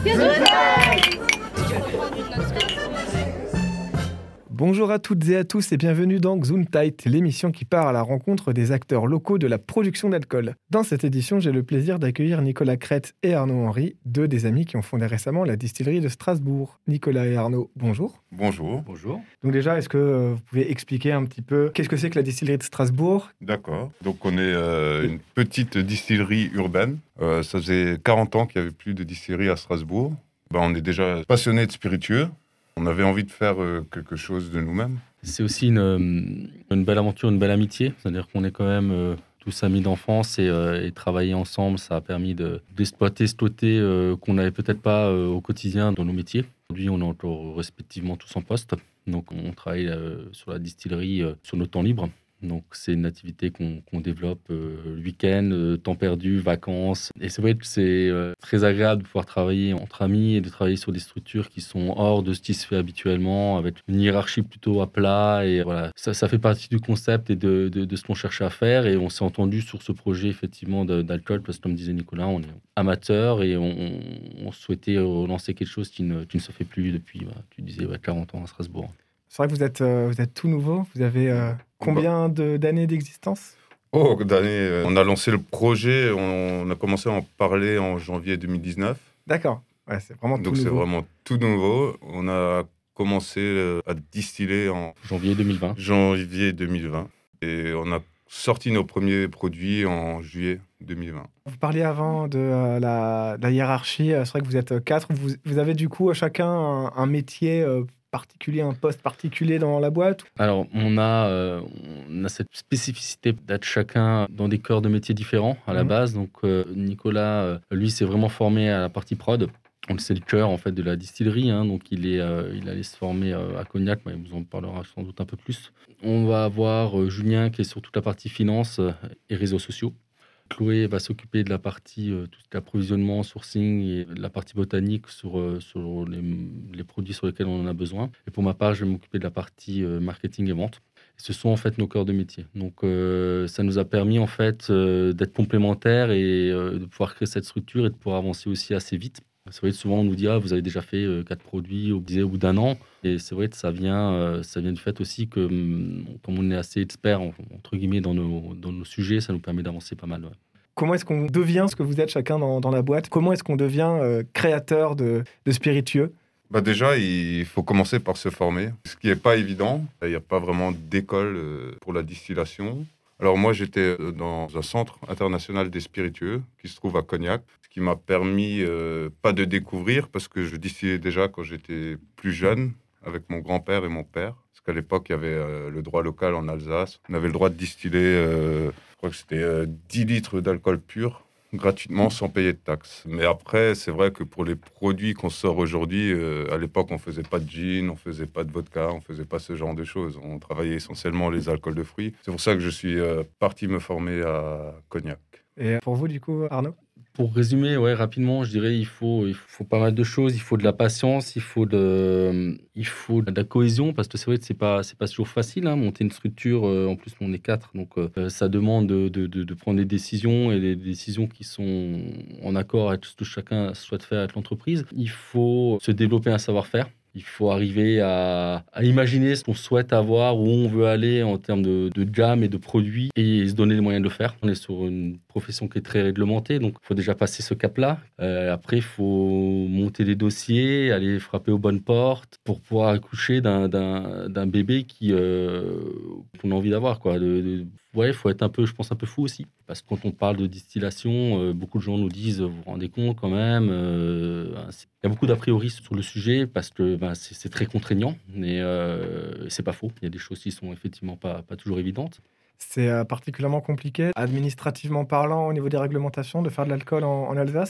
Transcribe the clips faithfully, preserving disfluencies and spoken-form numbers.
Bonjour à toutes et à tous et bienvenue dans Gesundheit, l'émission qui part à la rencontre des acteurs locaux de la production d'alcool. Dans cette édition, j'ai le plaisir d'accueillir Nicolas Crête et Arnaud Henry, deux des amis qui ont fondé récemment la distillerie de Strasbourg. Nicolas et Arnaud, bonjour. Bonjour. Bonjour. Donc déjà, est-ce que euh, vous pouvez expliquer un petit peu qu'est-ce que c'est que la distillerie de Strasbourg ? D'accord. Donc on est euh, une petite distillerie urbaine. Euh, ça faisait quarante ans qu'il n'y avait plus de distillerie à Strasbourg. Ben, on est déjà passionnés de spiritueux. On avait envie de faire euh, quelque chose de nous-mêmes. C'est aussi une, une belle aventure, une belle amitié. C'est-à-dire qu'on est quand même euh, tous amis d'enfance et, euh, et travailler ensemble, ça a permis de, d'exploiter ce côté euh, qu'on n'avait peut-être pas euh, au quotidien dans nos métiers. Aujourd'hui, on est encore respectivement tous en poste. Donc, on travaille euh, sur la distillerie euh, sur nos temps libres. Donc, c'est une activité qu'on, qu'on développe euh, le week-end, euh, temps perdu, vacances. Et c'est vrai que c'est euh, très agréable de pouvoir travailler entre amis et de travailler sur des structures qui sont hors de ce qui se fait habituellement, avec une hiérarchie plutôt à plat. Et voilà, ça, ça fait partie du concept et de, de, de ce qu'on cherche à faire. Et on s'est entendu sur ce projet, effectivement, de, d'alcool, parce que comme disait Nicolas, on est amateurs et on, on souhaitait relancer quelque chose qui ne, qui ne se fait plus depuis, bah, tu disais, ouais, quarante ans à Strasbourg. C'est vrai que vous êtes, euh, vous êtes tout nouveau. Vous avez euh, combien de, d'années d'existence ? Oh, d'année. On a lancé le projet, on a commencé à en parler en janvier deux mille dix-neuf. D'accord. Ouais, c'est vraiment tout Donc nouveau. c'est vraiment tout nouveau. On a commencé à distiller en janvier deux mille vingt. janvier deux mille vingt. Et on a sorti nos premiers produits en juillet deux mille vingt. Vous parliez avant de euh, la, de la hiérarchie. C'est vrai que vous êtes quatre. Vous, vous avez du coup chacun un, un métier euh, particulier, un poste particulier dans la boîte ? Alors, on a, euh, on a cette spécificité d'être chacun dans des corps de métiers différents à la Mmh. base. Donc, euh, Nicolas, euh, lui, s'est vraiment formé à la partie prod. Donc, c'est le cœur en fait de la distillerie. Hein. Donc, il est, euh, il allait se former euh, à Cognac, mais il vous en parlera sans doute un peu plus. On va avoir euh, Julien qui est sur toute la partie finance euh, et réseaux sociaux. Chloé va s'occuper de la partie euh, tout l'approvisionnement, sourcing et de la partie botanique sur, euh, sur les, les produits sur lesquels on en a besoin. Et pour ma part, je vais m'occuper de la partie euh, marketing et vente. Et ce sont en fait nos cœurs de métier. Donc euh, ça nous a permis en fait euh, d'être complémentaires et euh, de pouvoir créer cette structure et de pouvoir avancer aussi assez vite. C'est vrai que souvent on nous dit ah vous avez déjà fait euh, quatre produits au, au bout d'un an. Et c'est vrai que ça vient, euh, ça vient du fait aussi que hum, comme on est assez expert en- entre guillemets dans nos, dans nos sujets, ça nous permet d'avancer pas mal. Ouais. Comment est-ce qu'on devient ce que vous êtes chacun dans, dans la boîte ? Comment est-ce qu'on devient euh, créateur de, de spiritueux ? Bah déjà, il faut commencer par se former, ce qui n'est pas évident. Il n'y a pas vraiment d'école euh, pour la distillation. Alors moi, j'étais euh, dans un centre international des spiritueux qui se trouve à Cognac, ce qui m'a permis, euh, pas de découvrir, parce que je distillais déjà quand j'étais plus jeune, avec mon grand-père et mon père. Parce qu'à l'époque, il y avait euh, le droit local en Alsace. On avait le droit de distiller, euh, je crois que c'était euh, dix litres d'alcool pur, gratuitement, sans payer de taxes. Mais après, c'est vrai que pour les produits qu'on sort aujourd'hui, euh, à l'époque, on faisait pas de gin, on faisait pas de vodka, on faisait pas ce genre de choses. On travaillait essentiellement les alcools de fruits. C'est pour ça que je suis euh, parti me former à Cognac. Et pour vous, du coup, Arnaud ? Pour résumer, ouais, rapidement, je dirais il faut, il faut pas mal de choses. Il faut de la patience, il faut de, il faut de la cohésion, parce que c'est vrai que c'est pas, c'est pas toujours facile, hein, monter une structure. Euh, en plus, on est quatre, donc euh, ça demande de, de, de, de prendre des décisions et des décisions qui sont en accord avec ce que chacun souhaite faire avec l'entreprise. Il faut se développer un savoir-faire. Il faut arriver à, à imaginer ce qu'on souhaite avoir, où on veut aller en termes de, de gamme et de produits, et se donner les moyens de le faire. On est sur une profession qui est très réglementée, donc il faut déjà passer ce cap-là. Euh, après, il faut monter des dossiers, aller frapper aux bonnes portes pour pouvoir accoucher d'un, d'un, d'un bébé qui, euh, qu'on a envie d'avoir, quoi. De, de, ouais, il faut être un peu, je pense, un peu fou aussi. Parce que quand on parle de distillation, euh, beaucoup de gens nous disent, vous vous rendez compte quand même, euh, il y a beaucoup d'a priori sur le sujet parce que ben, c'est, c'est très contraignant, mais euh, c'est pas faux. Il y a des choses qui sont effectivement pas, pas toujours évidentes. C'est euh, particulièrement compliqué, administrativement parlant, au niveau des réglementations, de faire de l'alcool en, en Alsace ?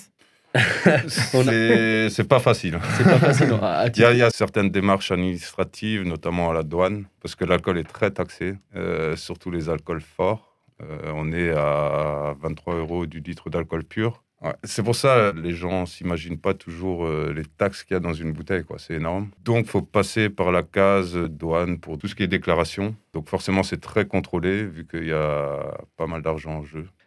c'est, c'est pas facile. C'est pas facile. Non. À, à Il y, a, il y a certaines démarches administratives, notamment à la douane, parce que l'alcool est très taxé, euh, surtout les alcools forts. Euh, on est à vingt-trois euros du litre d'alcool pur. Ouais. C'est pour ça que les gens ne s'imaginent pas toujours euh, les taxes qu'il y a dans une bouteille, quoi. C'est énorme. Donc, il faut passer par la case douane pour tout ce qui est déclaration. Donc, forcément, c'est très contrôlé, vu qu'il y a pas mal d'argent en jeu.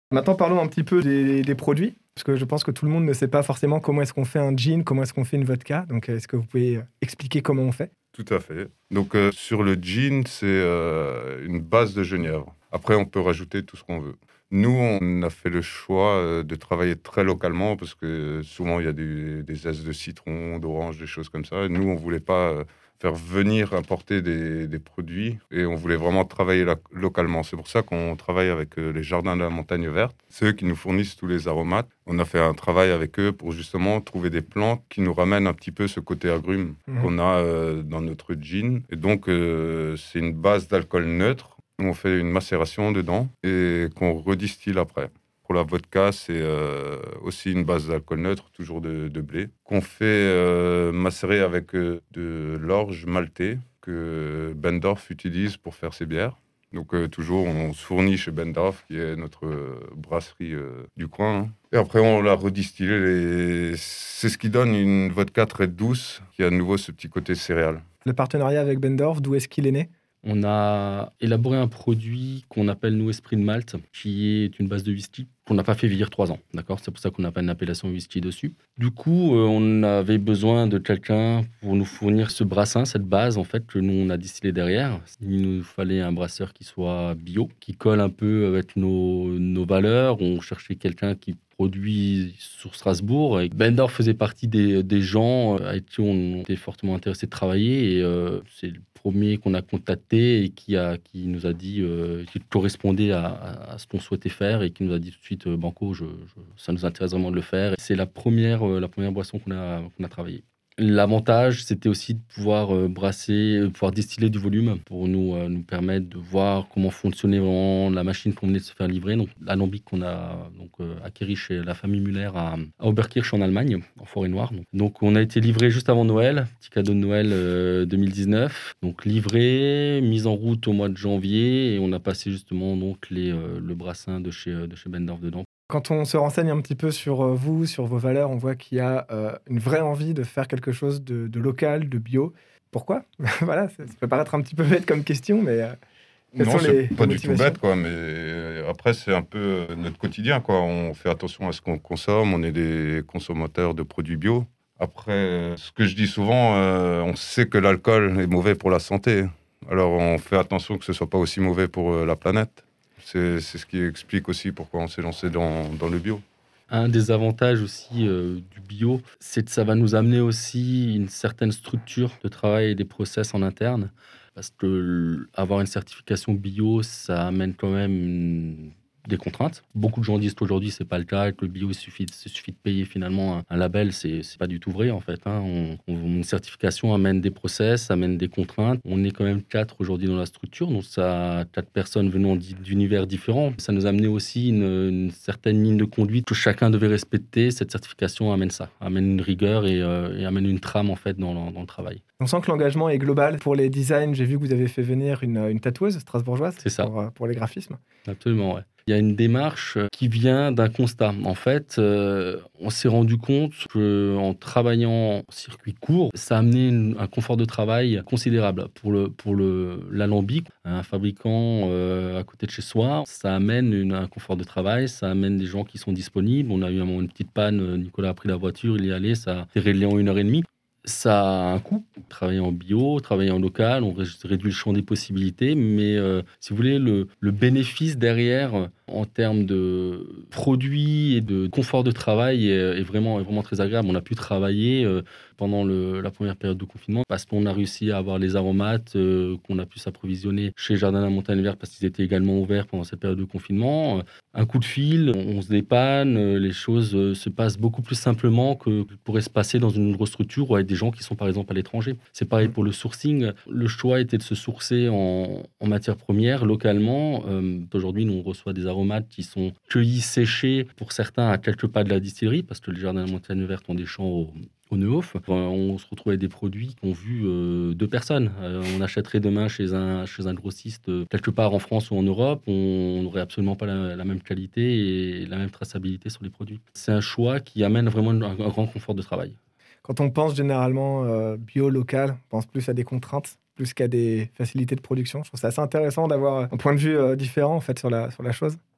Maintenant, parlons un petit peu des, des produits, parce que je pense que tout le monde ne sait pas forcément comment est-ce qu'on fait un gin, comment est-ce qu'on fait une vodka. Donc, est-ce que vous pouvez expliquer comment on fait? Tout à fait. Donc, euh, sur le gin, c'est euh, une base de genièvre. Après, on peut rajouter tout ce qu'on veut. Nous, on a fait le choix euh, de travailler très localement parce que souvent, il y a des, des zestes de citron, d'orange, des choses comme ça. Et nous, on ne voulait pas euh, faire venir importer des, des produits et on voulait vraiment travailler la- localement. C'est pour ça qu'on travaille avec euh, les Jardins de la Montagne Verte. C'est eux qui nous fournissent tous les aromates. On a fait un travail avec eux pour justement trouver des plantes qui nous ramènent un petit peu ce côté agrume Mhm. qu'on a euh, dans notre gin. Et donc, euh, c'est une base d'alcool neutre. On fait une macération dedans et qu'on redistille après. Pour la vodka, c'est euh, aussi une base d'alcool neutre, toujours de, de blé, qu'on fait euh, macérer avec euh, de l'orge maltée que Bendorf utilise pour faire ses bières. Donc euh, toujours, on se fournit chez Bendorf, qui est notre euh, brasserie euh, du coin, hein. Et après, on l'a redistillé. Et c'est ce qui donne une vodka très douce, qui a à nouveau ce petit côté céréal. Le partenariat avec Bendorf, d'où est-ce qu'il est né? On a élaboré un produit qu'on appelle nous Esprit de Malte, qui est une base de whisky qu'on n'a pas fait vieillir trois ans. D'accord, c'est pour ça qu'on n'a pas une appellation whisky dessus. Du coup, euh, on avait besoin de quelqu'un pour nous fournir ce brassin, cette base en fait que nous on a distillé derrière. Il nous fallait un brasseur qui soit bio, qui colle un peu avec nos, nos valeurs. On cherchait quelqu'un qui produit sur Strasbourg. Et Bendorf faisait partie des, des gens euh, avec qui on était fortement intéressé de travailler. Et euh, c'est le premier qu'on a contacté et qui, a, qui nous a dit euh, qui correspondait à, à, à ce qu'on souhaitait faire et qui nous a dit tout de suite euh, Banco, je, je, ça nous intéresse vraiment de le faire. Et c'est la première, euh, la première boisson qu'on a, qu'on a travaillée. L'avantage, c'était aussi de pouvoir euh, brasser, de pouvoir distiller du volume pour nous, euh, nous permettre de voir comment fonctionnait vraiment la machine qu'on venait de se faire livrer. Donc, l'alambic qu'on a donc, euh, acquéri chez la famille Müller à, à Oberkirch en Allemagne, en Forêt-Noire. Donc, donc, on a été livré juste avant Noël, petit cadeau de Noël euh, deux mille dix-neuf. Donc, livré, mise en route au mois de janvier et on a passé justement donc, les, euh, le brassin de chez, de chez Bendorf dedans. Quand on se renseigne un petit peu sur euh, vous, sur vos valeurs, on voit qu'il y a euh, une vraie envie de faire quelque chose de, de local, de bio. Pourquoi? Voilà, ça, ça peut paraître un petit peu bête comme question, mais euh, quelles Non, sont c'est les, pas les du tout motivations? bête, quoi. Mais euh, après, c'est un peu euh, notre quotidien, quoi. On fait attention à ce qu'on consomme. On est des consommateurs de produits bio. Après, euh, ce que je dis souvent, euh, on sait que l'alcool est mauvais pour la santé. Alors, on fait attention que ce soit pas aussi mauvais pour euh, la planète. C'est, c'est ce qui explique aussi pourquoi on s'est lancé dans, dans le bio. Un des avantages aussi euh, du bio, c'est que ça va nous amener aussi une certaine structure de travail et des process en interne. Parce que l- avoir une certification bio, ça amène quand même une- des contraintes. Beaucoup de gens disent qu'aujourd'hui, c'est pas le cas, que le bio, il suffit, il suffit de payer finalement un, un label. C'est c'est pas du tout vrai, en fait, hein. On- on- une certification amène des process, amène des contraintes. On est quand même quatre aujourd'hui dans la structure, donc ça, quatre personnes venant d'i- d'univers différents. Ça nous a amené aussi une, une certaine ligne de conduite que chacun devait respecter. Cette certification amène ça, amène une rigueur et, euh, et amène une trame, en fait, dans, le- dans le travail. On sent que l'engagement est global. Pour les designs, j'ai vu que vous avez fait venir une, une tatoueuse strasbourgeoise C'est ça. pour, euh, pour les graphismes. Absolument, ouais. Il y a une démarche euh, qui vient d'un constat. En fait, euh, on s'est rendu compte qu'en travaillant en circuit court, ça a amené une- un confort de travail considérable pour le pour le l'alambic, un fabricant euh, à côté de chez soi. Ça amène une- un confort de travail, ça amène des gens qui sont disponibles. On a eu un moment une petite panne. euh, Nicolas a pris la voiture, il y est allé, ça a été réglé en une heure et demie. Ça a un coût. Travailler en bio, travailler en local, on ré- réduit le champ des possibilités, mais euh, si vous voulez, le, le bénéfice derrière, euh, en termes de produits et de confort de travail, est, est vraiment, est vraiment très agréable. On a pu travailler euh, pendant le- la première période de confinement parce qu'on a réussi à avoir les aromates, euh, qu'on a pu s'approvisionner chez Jardin de la Montagne Verte parce qu'ils étaient également ouverts pendant cette période de confinement. Euh, Un coup de fil, on, on se dépanne, euh, les choses euh, se passent beaucoup plus simplement que, que pourrait se passer dans une grosse structure ou avec des gens qui sont par exemple à l'étranger. C'est pareil pour le sourcing. Le choix était de se sourcer en, en matière première localement. Euh, aujourd'hui, nous on reçoit des aromates qui sont cueillis, séchés pour certains à quelques pas de la distillerie parce que les Jardins de la Montagne Verte ont des champs au, au Neuhof. Enfin, on se retrouve avec des produits qu'ont vu euh, deux personnes. Euh, on achèterait demain chez un, chez un grossiste euh, quelque part en France ou en Europe, on n'aurait absolument pas la, la même qualité et la même traçabilité sur les produits. C'est un choix qui amène vraiment un, un grand confort de travail. Quand on pense généralement euh, bio, local, on pense plus à des contraintes, plus qu'à des facilités de production. Je trouve ça assez intéressant d'avoir un point de vue euh, différent en fait, sur la, sur la chose.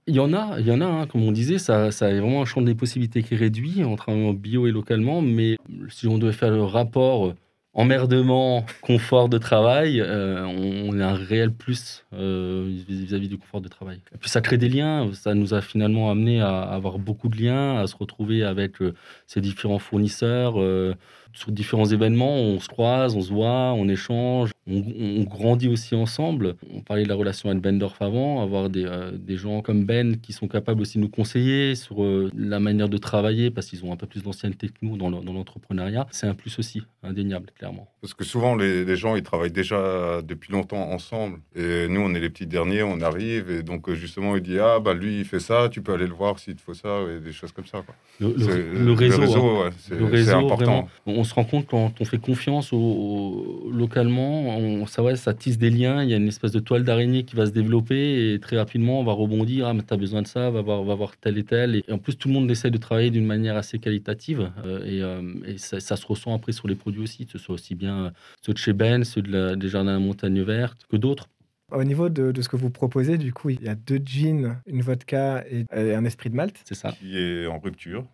Il y en a, il y en a, hein, comme on disait, ça, ça est vraiment un champ des possibilités qui est réduit en travaillant bio et localement, mais si on devait faire le rapport euh, emmerdement, confort de travail, euh, on, on a un réel plus euh, vis-à-vis du confort de travail. Et puis ça crée des liens, ça nous a finalement amené à avoir beaucoup de liens, à se retrouver avec euh, ces différents fournisseurs. Euh, sur différents événements, on se croise, on se voit, on échange, on, on grandit aussi ensemble. On parlait de la relation avec Bendorf avant, avoir des, euh, des gens comme Ben qui sont capables aussi de nous conseiller sur euh, la manière de travailler parce qu'ils ont un peu plus d'ancienneté que nous dans, le- dans l'entrepreneuriat. C'est un plus aussi, indéniable, clairement. Parce que souvent, les, les gens, ils travaillent déjà depuis longtemps ensemble. Et nous, on est les petits derniers, on arrive. Et donc, euh, justement, il dit, ah, bah lui, il fait ça, tu peux aller le voir s'il te faut ça, et des choses comme ça, quoi. Le, le- C'est- le réseau, hein. ouais, c'est Le c'est réseau, important. vraiment, on se rend compte quand on fait confiance au, au- localement, on, ça, ouais, ça tisse des liens, il y a une espèce de toile d'araignée qui va se développer et très rapidement on va rebondir, ah mais t'as besoin de ça, va voir, va voir tel et tel. Et, en plus tout le monde essaie de travailler d'une manière assez qualitative euh, et, euh, et ça, ça se ressent après sur les produits aussi, que ce soit aussi bien euh, ceux de chez Ben, ceux de la- des jardins à la montagne verte que d'autres. Au niveau de, de ce que vous proposez, du coup, il y a deux gins, une vodka et, et un esprit de malt. C'est ça. Qui est en rupture,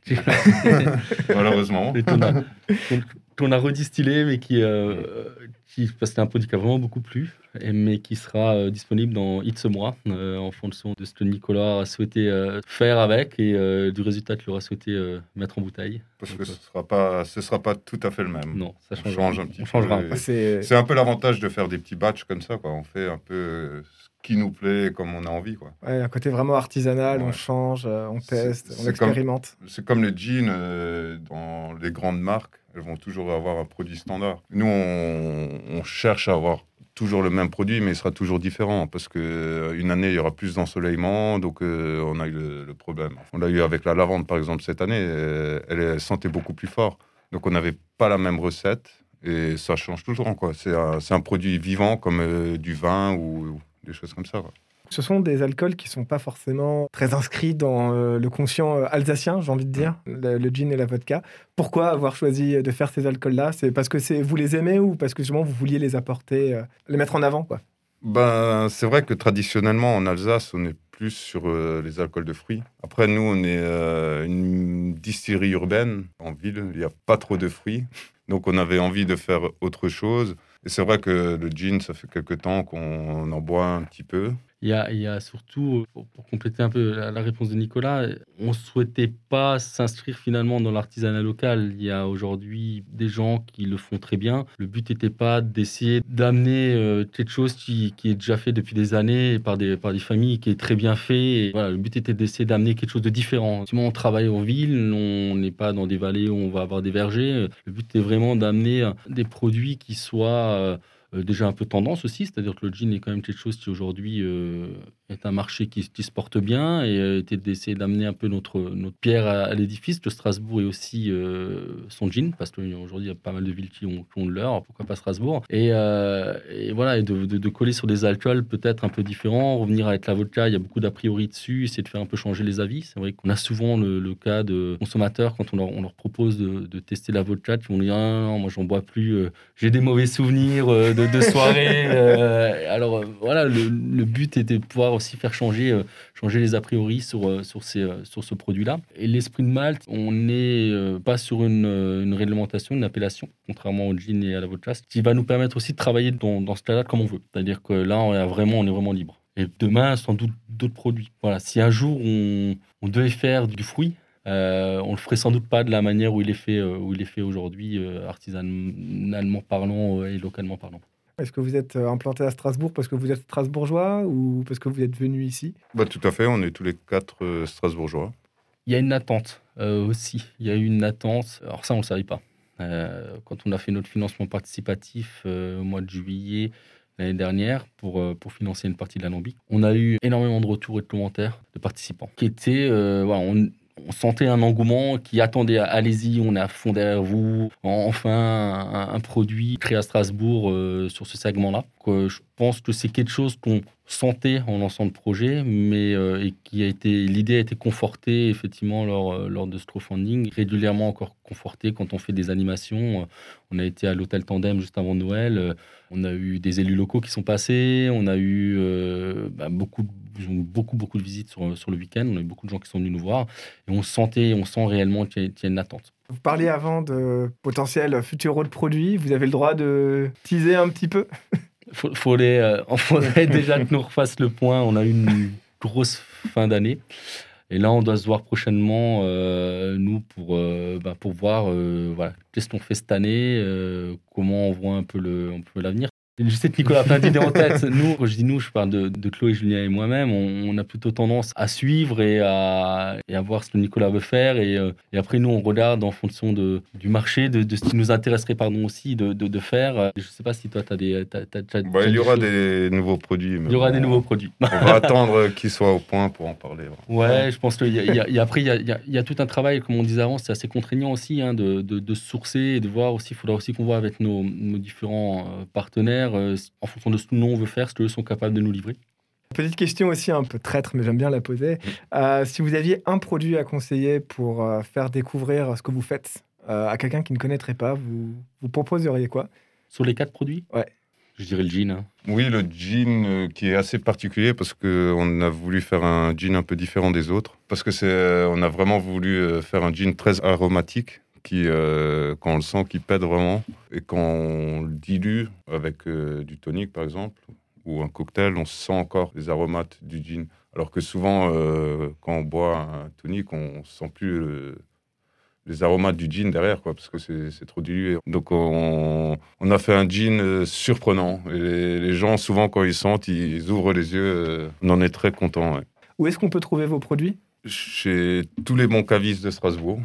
malheureusement. Et qu'on a, qu'on- qu'on a redistillé, mais qui, euh, qui parce que c'est un produit qui a vraiment beaucoup plu, et- mais qui sera euh, disponible dans X mois, euh, en fonction de ce que Nicolas a souhaité euh, faire avec et euh, du résultat qu'il aura souhaité euh, mettre en bouteille. Parce Donc, que euh, ce sera pas, ce sera pas tout à fait le même. non, ça On changera. change un petit On peu. changera. et C'est C'est un peu l'avantage de faire des petits batchs comme ça, quoi. On fait un peu euh, ce qui nous plaît, comme on a envie, quoi. ouais, un côté vraiment artisanal, on Ouais. change, euh, on C'est- teste, c'est on comme- expérimente. C'est comme le jean euh, dans les grandes marques, elles vont toujours avoir un produit standard. Nous, on, on cherche à avoir toujours le même produit, mais il sera toujours différent parce que euh, une année il y aura plus d'ensoleillement, donc euh, on a eu le, le problème. On l'a eu avec la lavande par exemple cette année, euh, elle, elle sentait beaucoup plus fort, donc on n'avait pas la même recette et ça change toujours, quoi. C'est un, c'est un produit vivant comme euh, du vin ou, ou des choses comme ça, quoi. Ce sont des alcools qui sont pas forcément très inscrits dans euh, le conscient euh, alsacien, j'ai envie de dire, le, le gin et la vodka. Pourquoi avoir choisi de faire ces alcools-là? C'est parce que c'est, vous les aimez ou parce que justement vous vouliez les apporter, euh, les mettre en avant, quoi? Ben, c'est vrai que traditionnellement, en Alsace, on est plus sur euh, les alcools de fruits. Après, nous, on est euh, une distillerie urbaine. En ville, il n'y a pas trop de fruits. Donc, on avait envie de faire autre chose. Et c'est vrai que le gin, ça fait quelque temps qu'on en boit un petit peu. Il y a, il y a surtout, pour, pour compléter un peu la, la réponse de Nicolas, on ne souhaitait pas s'inscrire finalement dans l'artisanat local. Il y a aujourd'hui des gens qui le font très bien. Le but n'était pas d'essayer d'amener euh, quelque chose qui, qui est déjà fait depuis des années par des, par des familles, qui est très bien fait. Et voilà, le but était d'essayer d'amener quelque chose de différent. Effectivement, on travaille en ville, on n'est pas dans des vallées où on va avoir des vergers. Le but est vraiment d'amener euh, des produits qui soient... euh, Euh, déjà un peu tendance aussi, c'est-à-dire que le jean est quand même quelque chose qui aujourd'hui euh, est un marché qui, qui se porte bien et euh, était d'essayer d'amener un peu notre, notre pierre à, à l'édifice. Le Strasbourg est aussi euh, son jean, parce qu'aujourd'hui il y a pas mal de villes qui ont, qui ont le leur, pourquoi pas Strasbourg. Et, euh, et voilà, et de, de, de coller sur des alcools peut-être un peu différents, revenir avec la vodka, il y a beaucoup d'a priori dessus, essayer de faire un peu changer les avis. C'est vrai qu'on a souvent le, le cas de consommateurs quand on leur, on leur propose de, de tester la vodka, qui vont dire ah, non, moi j'en bois plus, euh, j'ai des mauvais souvenirs euh, de, de soirée. euh, alors euh, voilà, le, le but était de pouvoir aussi faire changer, euh, changer les a priori sur, euh, sur, ces, euh, sur ce produit-là. Et l'esprit de Malte, on n'est euh, pas sur une, euh, une réglementation, une appellation, contrairement au gin et à la vodka, ce qui va nous permettre aussi de travailler dans, dans ce cas-là comme on veut. C'est-à-dire que là, on est vraiment, on est vraiment libre. Et demain, sans doute d'autres produits. Voilà, si un jour on, on devait faire du fruit, euh, on le ferait sans doute pas de la manière où il est fait, euh, où il est fait aujourd'hui, euh, artisanalement parlant euh, et localement parlant. Est-ce que vous êtes euh, implanté à Strasbourg parce que vous êtes strasbourgeois ou parce que vous êtes venu ici? Bah, tout à fait, on est tous les quatre euh, strasbourgeois. Il y a une attente euh, aussi. Il y a eu une attente. Alors ça, on ne le savait pas. Euh, quand on a fait notre financement participatif euh, au mois de juillet l'année dernière pour, euh, pour financer une partie de l'Alambic, on a eu énormément de retours et de commentaires de participants qui étaient... euh, voilà, on, on sentait un engouement qui attendait, allez-y, on est à fond derrière vous, enfin un, un produit créé à Strasbourg euh, sur ce segment-là. Donc, euh, je pense que c'est quelque chose qu'on sentait en lançant le projet, mais euh, et qui a été, l'idée a été confortée effectivement lors, euh, lors de ce crowdfunding, régulièrement encore confortée quand on fait des animations. On a été à l'hôtel Tandem juste avant Noël, on a eu des élus locaux qui sont passés, on a eu euh, bah, beaucoup, Ils ont eu beaucoup, beaucoup de visites sur, sur le week-end. On a eu beaucoup de gens qui sont venus nous voir. Et on sentait, on sent réellement qu'il y a, qu'il y a une attente. Vous parliez avant de potentiels futurs rôles produits. Vous avez le droit de teaser un petit peu? Il faudrait, euh, faudrait déjà que nous refassions le point. On a eu une grosse fin d'année. Et là, on doit se voir prochainement, euh, nous, pour, euh, bah, pour voir euh, voilà, qu'est-ce qu'on fait cette année, euh, comment on voit un peu, le, un peu l'avenir. Je sais que Nicolas a plein d'idées en tête. Nous, quand je dis nous, je parle de, de Chloé, Julien et moi-même. On, on a plutôt tendance à suivre et à, et à voir ce que Nicolas veut faire. Et, euh, et après, nous, on regarde en fonction de, du marché, de, de ce qui nous intéresserait pardon, aussi de, de, de faire. Je ne sais pas si toi, tu as des... T'as, t'as, t'as, bah, il y aura des, des nouveaux produits. Il y aura bon, des nouveaux produits. On va attendre qu'ils soient au point pour en parler. Ouais, ouais. Je pense qu'il y a, y a, y a, après, il y a, y, a, y a tout un travail, comme on disait avant, c'est assez contraignant aussi, hein, de, de, de sourcer et de voir aussi. Il faudra aussi qu'on voit avec nos, nos différents partenaires, euh, en fonction de ce que nous on veut faire, ce qu'eux sont capables de nous livrer. Petite question aussi un peu traître, mais j'aime bien la poser. Euh, si vous aviez un produit à conseiller pour euh, faire découvrir ce que vous faites euh, à quelqu'un qui ne connaîtrait pas, vous, vous proposeriez quoi? Sur les quatre produits? Ouais. Je dirais le jean. Hein. Oui, le jean euh, qui est assez particulier parce qu'on a voulu faire un jean un peu différent des autres. Parce que c'est, euh, on a vraiment voulu euh, faire un jean très aromatique. Qui, euh, quand on le sent, qui pète vraiment. Et quand on le dilue avec euh, du tonic, par exemple, ou un cocktail, on sent encore les aromates du gin. Alors que souvent, euh, quand on boit un tonic, on ne sent plus euh, les aromates du gin derrière, quoi, parce que c'est, c'est trop dilué. Donc, on, on a fait un gin euh, surprenant. Et les, les gens, souvent, quand ils sentent, ils ouvrent les yeux. Euh, on en est très contents. Ouais. Où est-ce qu'on peut trouver vos produits? Chez tous les bons cavistes de Strasbourg.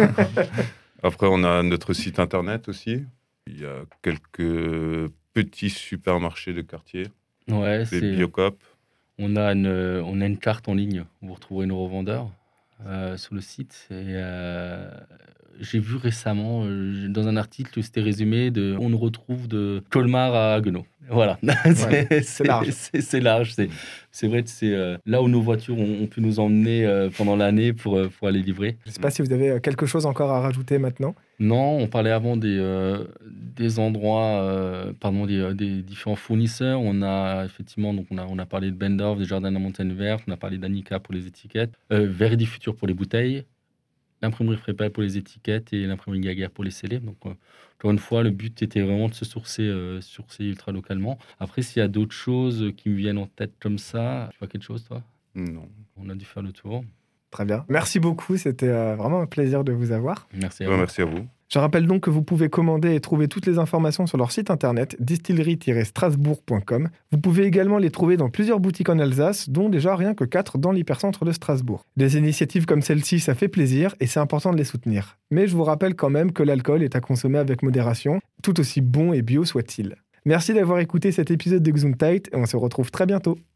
Après, on a notre site internet aussi. Il y a quelques petits supermarchés de quartier. Ouais, les c'est... Biocop. On a, une, on a une carte en ligne où vous retrouverez nos revendeurs euh, sur le site. Et euh, j'ai vu récemment, euh, dans un article, c'était résumé de on nous retrouve de Colmar à Haguenau. Voilà, ouais, c'est, c'est large. C'est, c'est large. C'est, c'est vrai que c'est euh, là où nos voitures ont, ont pu nous emmener euh, pendant l'année pour, euh, pour aller livrer. Je ne sais pas si vous avez quelque chose encore à rajouter maintenant. Non, on parlait avant des, euh, des endroits, euh, pardon, des, des différents fournisseurs. On a effectivement, donc on a, on a parlé de Bendorf, des Jardins de la Montagne Verte, on a parlé d'Annika pour les étiquettes, euh, Verdi Futur pour les bouteilles, l'imprimerie Frépel pour les étiquettes et l'imprimerie Gaguerre pour les scellés. Donc, euh, encore une fois, le but était vraiment de se sourcer, euh, sourcer ultra localement. Après, s'il y a d'autres choses qui me viennent en tête comme ça, tu vois quelque chose, toi? Non. On a dû faire le tour. Très bien. Merci beaucoup. C'était euh, vraiment un plaisir de vous avoir. Merci à Ouais, vous. merci à vous. Je rappelle donc que vous pouvez commander et trouver toutes les informations sur leur site internet distillerie tiret strasbourg point com. Vous pouvez également les trouver dans plusieurs boutiques en Alsace, dont déjà rien que quatre dans l'hypercentre de Strasbourg. Des initiatives comme celle-ci, ça fait plaisir et c'est important de les soutenir. Mais je vous rappelle quand même que l'alcool est à consommer avec modération, tout aussi bon et bio soit-il. Merci d'avoir écouté cet épisode de Gesundheit et on se retrouve très bientôt.